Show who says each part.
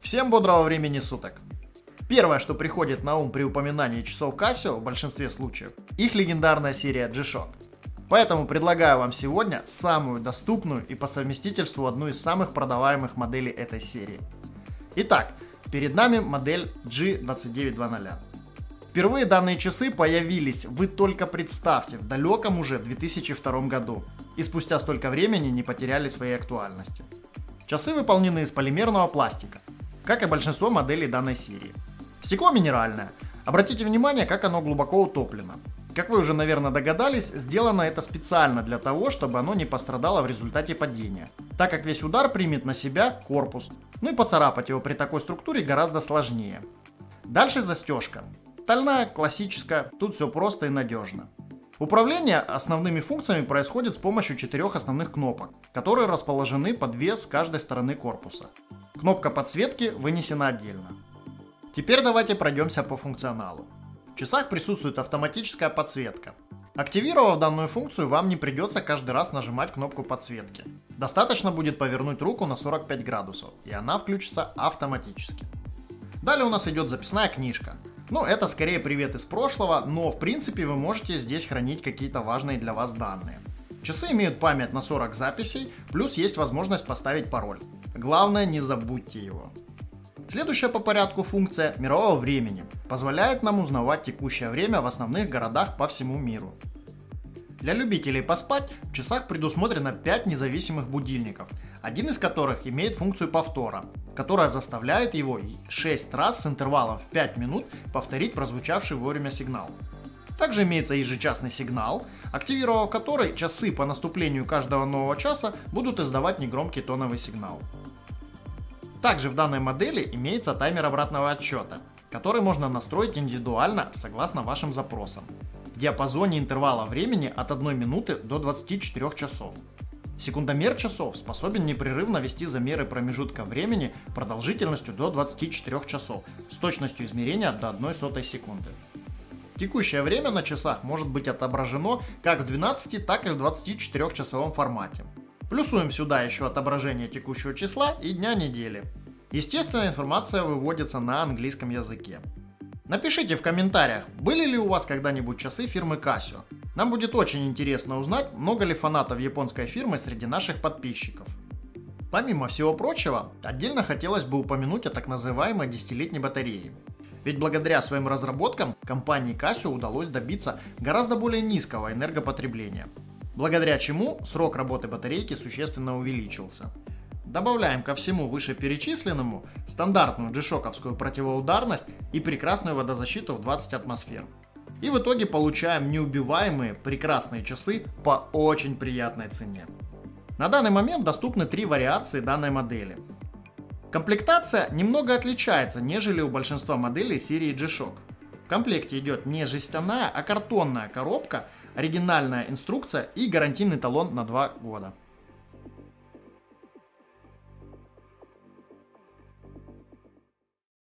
Speaker 1: Всем бодрого времени суток! Первое, что приходит на ум при упоминании часов Casio в большинстве случаев, их легендарная серия G-Shock. Поэтому предлагаю вам сегодня самую доступную и по совместительству одну из самых продаваемых моделей этой серии. Итак, перед нами модель G2900. Впервые данные часы появились, вы только представьте, в далеком уже 2002 году, и спустя столько времени не потеряли своей актуальности. Часы выполнены из полимерного пластика, как и большинство моделей данной серии. Стекло минеральное. Обратите внимание, как оно глубоко утоплено. Как вы уже, наверное, догадались, сделано это специально для того, чтобы оно не пострадало в результате падения, так как весь удар примет на себя корпус, ну и поцарапать его при такой структуре гораздо сложнее. Дальше застежка. Стальная, классическая, тут все просто и надежно. Управление основными функциями происходит с помощью 4 основных кнопок, которые расположены по 2 с каждой стороны корпуса. Кнопка подсветки вынесена отдельно. Теперь давайте пройдемся по функционалу. В часах присутствует автоматическая подсветка. Активировав данную функцию, вам не придется каждый раз нажимать кнопку подсветки. Достаточно будет повернуть руку на 45 градусов, и она включится автоматически. Далее у нас идет записная книжка. Ну, это скорее привет из прошлого, но в принципе вы можете здесь хранить какие-то важные для вас данные. Часы имеют память на 40 записей, плюс есть возможность поставить пароль. Главное, не забудьте его. Следующая по порядку функция мирового времени позволяет нам узнавать текущее время в основных городах по всему миру. Для любителей поспать в часах предусмотрено 5 независимых будильников, один из которых имеет функцию повтора, которая заставляет его 6 раз с интервалом в 5 минут повторить прозвучавший вовремя сигнал. Также имеется ежечасный сигнал, активировав который часы по наступлению каждого нового часа будут издавать негромкий тоновый сигнал. Также в данной модели имеется таймер обратного отсчета, который можно настроить индивидуально согласно вашим запросам. В диапазоне интервала времени от 1 минуты до 24 часов. Секундомер часов способен непрерывно вести замеры промежутка времени продолжительностью до 24 часов с точностью измерения до 0,01 секунды. Текущее время на часах может быть отображено как в 12, так и в 24-часовом формате. Плюсуем сюда еще отображение текущего числа и дня недели. Естественно, информация выводится на английском языке. Напишите в комментариях, были ли у вас когда-нибудь часы фирмы Casio. Нам будет очень интересно узнать, много ли фанатов японской фирмы среди наших подписчиков. Помимо всего прочего, отдельно хотелось бы упомянуть о так называемой 10-летней батарее. Ведь благодаря своим разработкам компании Casio удалось добиться гораздо более низкого энергопотребления, благодаря чему срок работы батарейки существенно увеличился. Добавляем ко всему вышеперечисленному стандартную G-Shock'овскую противоударность и прекрасную водозащиту в 20 атмосфер. И в итоге получаем неубиваемые прекрасные часы по очень приятной цене. На данный момент доступны 3 вариации данной модели. Комплектация немного отличается, нежели у большинства моделей серии G-Shock. В комплекте идет не жестяная, а картонная коробка, оригинальная инструкция и гарантийный талон на 2 года.